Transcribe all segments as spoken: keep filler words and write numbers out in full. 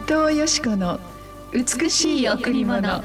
藤よし子の美しい贈り物。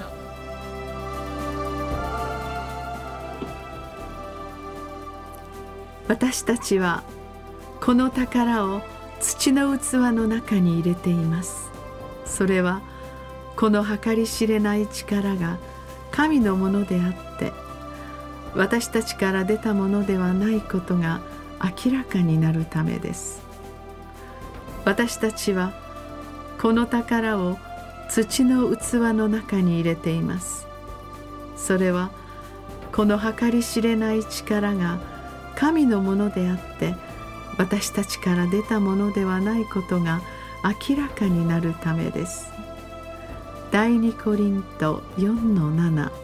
私たちはこの宝を土の器の中に入れています。それはこの計り知れない力が神のものであって私たちから出たものではないことが明らかになるためです。私たちはこの宝を土の器の中に入れています。それはこの計り知れない力が神のものであって私たちから出たものではないことが明らかになるためです。第二コリント よんのなな。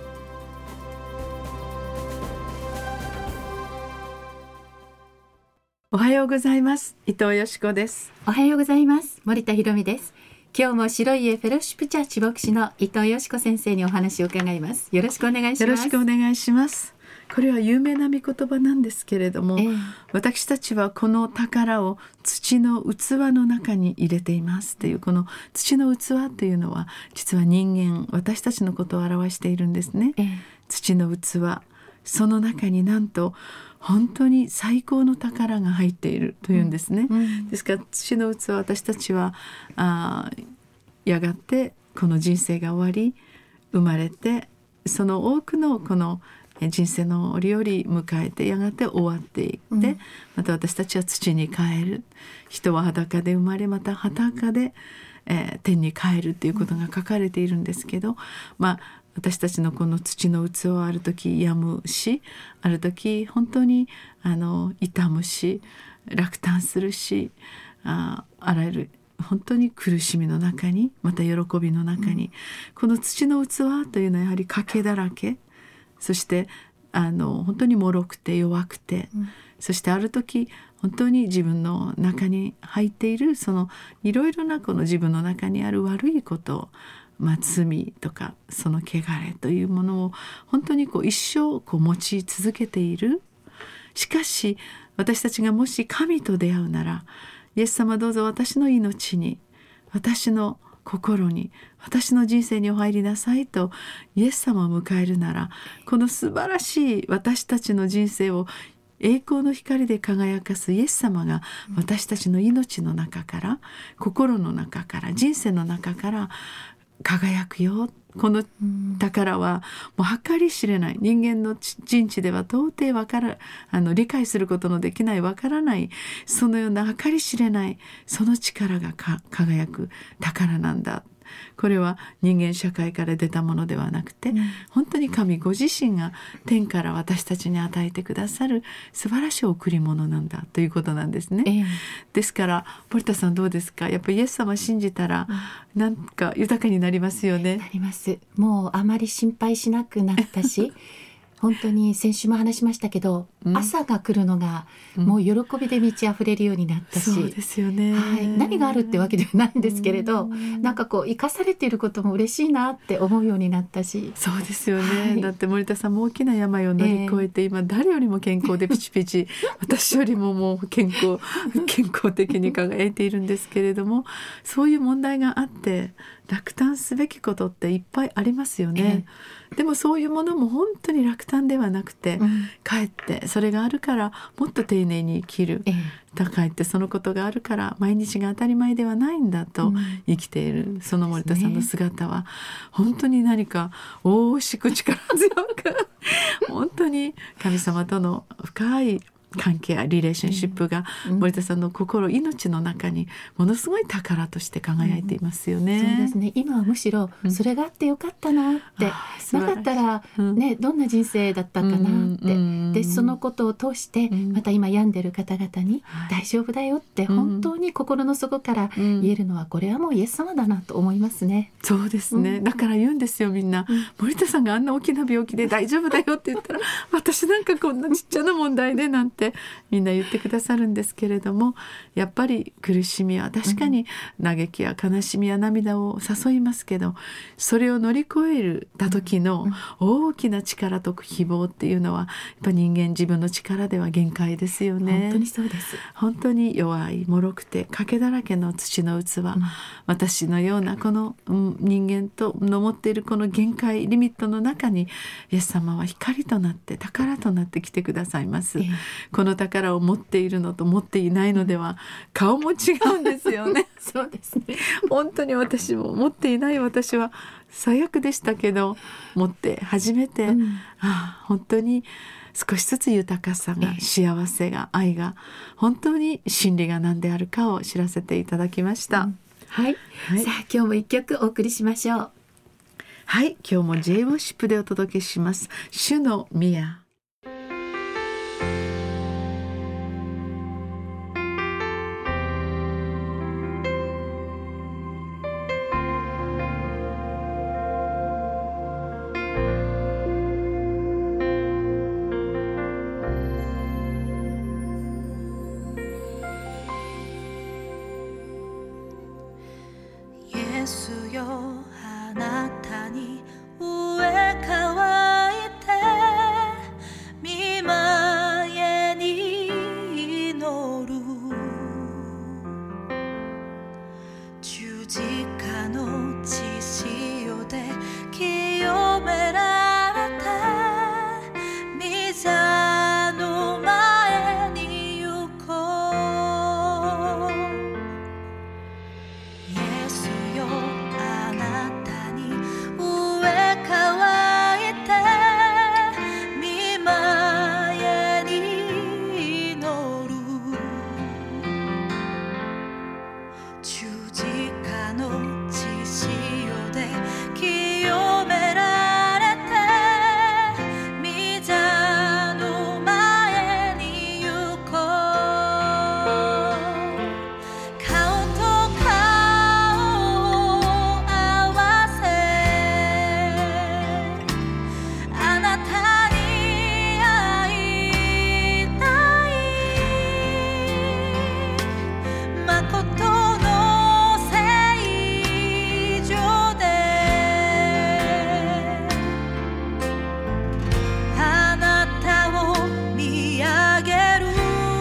おはようございます。伊藤よし子です。 おはようございます。森田博美です。今日も白い家フェローシップチャーチ牧師の伊藤よし子先生にお話を伺います。よろしくお願いします。 よろしくお願いします。これは有名な御言葉なんですけれども、えー、私たちはこの宝を土の器の中に入れていますという、この土の器というのは実は人間、私たちのことを表しているんですね、えー、土の器、その中になんと本当に最高の宝が入っているというんですね、うんうん、ですから土の器、私たちはあやがてこの人生が終わり生まれて、その多くのこの人生の折々迎えてやがて終わっていって、うん、また私たちは土に帰る。人は裸で生まれまた裸で、えー、天に帰るということが書かれているんですけど、まあ私たちのこの土の器はある時病むし、ある時本当にあの痛むし落胆するし、 あ, あらゆる本当に苦しみの中にまた喜びの中に、うん、この土の器というのはやはり賭けだらけ、そしてあの本当に脆くて弱くて、うん、そしてある時本当に自分の中に入っているそのいろいろなこの自分の中にある悪いことを、まあ、罪とかその汚れというものを本当にこう一生こう持ち続けている。しかし私たちがもし神と出会うなら、イエス様どうぞ私の命に、私の心に、私の人生にお入りなさいとイエス様を迎えるなら、この素晴らしい私たちの人生を栄光の光で輝かすイエス様が私たちの命の中から、心の中から、人生の中から輝くよ。この宝はもう計り知れない、人間の人知では到底わからあの理解することのできない、わからない、そのような計り知れないその力がか輝く宝なんだ。これは人間社会から出たものではなくて、うん、本当に神ご自身が天から私たちに与えてくださる素晴らしい贈り物なんだということなんですね、えー、ですから森田さんどうですか？やっぱりイエス様信じたら、うん、なんか豊かになりますよね。 なります。もうあまり心配しなくなったし本当に先週も話しましたけど、うん、朝が来るのがもう喜びで満ち溢れるようになったし、うん、 そうですよね、 はい、何があるってわけではないんですけれど、うん、なんかこう生かされていることも嬉しいなって思うようになったし。 そうですよね、はい、だって森田さんも大きな病を乗り越えて、えー、今誰よりも健康でピチピチ私よりももう健康健康的に輝いているんですけれども、そういう問題があって落胆すべきことっていっぱいありますよね、えー、でもそういうものも本当に落胆ではなくて、うん、かえってそれがあるからもっと丁寧に生きる、えー、かえってそのことがあるから毎日が当たり前ではないんだと生きている、うん、その森田さんの姿は本当に何か大しく力強く本当に神様との深い関係やリレーションシップが森田さんの心、命の中にものすごい宝として輝いていますよね、 うん、そうですね。今はむしろそれがあってよかったなって、うん、なかったら、ね、どんな人生だったかなって、うん、でそのことを通してまた今病んでる方々に大丈夫だよって本当に心の底から言えるのは、これはもうイエス様だなと思いますね。 そうですね、うん、だから言うんですよみんな、うん、森田さんがあんな大きな病気で大丈夫だよって言ったら私なんかこんなちっちゃな問題でなんてってみんな言ってくださるんですけれども、やっぱり苦しみは確かに嘆きや悲しみや涙を誘いますけど、それを乗り越えるた時の大きな力と希望っていうのはやっぱ人間自分の力では限界ですよね。 本当にそうです。 本当に弱い脆くて欠けだらけの土の器、うん、私のようなこの、うん、人間との持っているこの限界リミットの中にイエス様は光となって宝となって来てくださいます、えー、この宝を持っているのと持っていないのでは顔も違うんですよねそうですね。 本当に私も持っていない私は最悪でしたけど、持って初めて、うん、ああ本当に少しずつ豊かさが、幸せが、愛が、本当に真理が何であるかを知らせていただきました、うん、 はい、はい、さあ今日も一曲お送りしましょう。 はい、今日も J ウォッシップでお届けします。主の宮。 イエスよ、あなたに植え替わって見前に祈る。十字架の血潮で清められて御座の前に行こう。イエスよ、あなたに植え替わって御前に祈る。十字架の血潮で清められて御座の前に行こう。顔と顔を合わせあなたに会いたい。誠の聖女であなたを見上げる。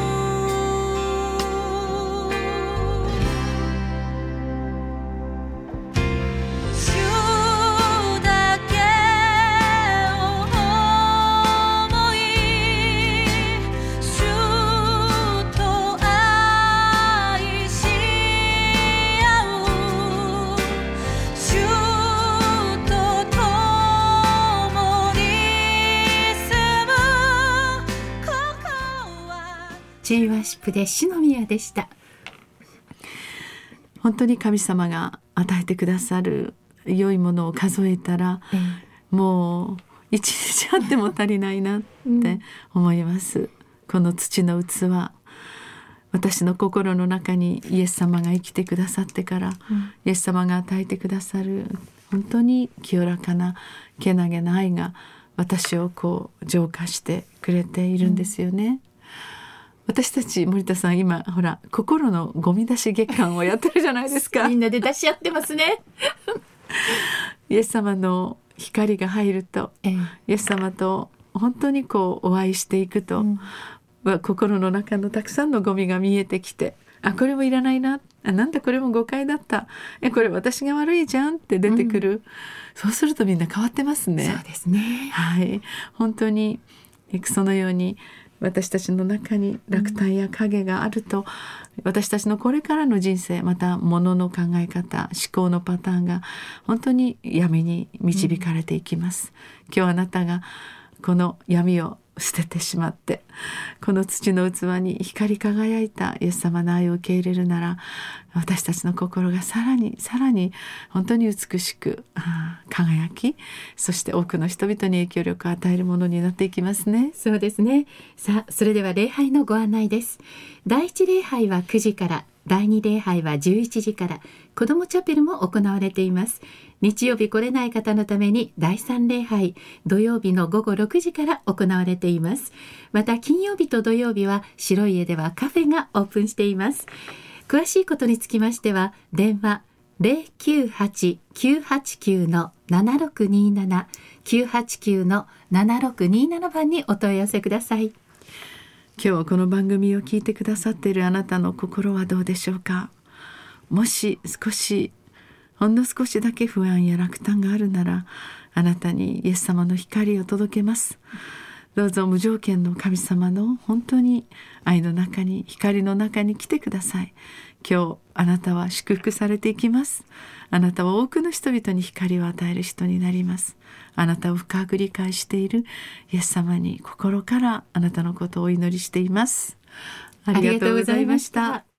主だけを思い、主と愛し合う。主と共に住む。ここは J ワーシップで主の宮でした。 本当に神様が与えてくださる良いものを数えたら、 ええもう一日あっても足りないなって思います、うん、この土の器、私の心の中にイエス様が生きてくださってから、うん、イエス様が与えてくださる本当に清らかなけなげな愛が私をこう浄化してくれているんですよね、うん、私たち森田さん今ほら心のゴミ出し月間をやってるじゃないですかみんなで出し合ってますねイエス様の光が入ると、ええ、イエス様と本当にこうお会いしていくと、うん、心の中のたくさんのゴミが見えてきて、あこれもいらないな、あなんだこれも誤解だった、えこれ私が悪いじゃんって出てくる、うん、そうするとみんな変わってますね。 そうですね、 はい、本当にそのように私たちの中に落胆や影があると、うん、私たちのこれからの人生、また物の考え方、思考のパターンが本当に闇に導かれていきます、うん、今日あなたがこの闇を捨ててしまってこの土の器に光り輝いたイエス様の愛を受け入れるなら、私たちの心がさらにさらに本当に美しく輝き、そして多くの人々に影響力を与えるものになっていきますね。 そうですね。さあそれでは礼拝のご案内です。第一礼拝はくじから、 だいに礼拝はじゅういちじから、子どもチャペルも行われています。日曜日来れない方のためにだいさん礼拝、土曜日のごごろくじから行われています。また金曜日と土曜日は白い家ではカフェがオープンしています。詳しいことにつきましては電話 ゼロきゅうはち きゅうはちきゅう ななろくになな きゅうはちきゅう ななろくになな 番にお問い合わせください。 今日この番組を聞いてくださっているあなたの心はどうでしょうか。もし少しほんの少しだけ不安や落胆があるなら、あなたにイエス様の光を届けます。どうぞ無条件の神様の本当に愛の中に、光の中に来てください。今日あなたは祝福されていきます。あなたは多くの人々に光を与える人になります。あなたを深く理解しているイエス様に心からあなたのことをお祈りしています。ありがとうございました。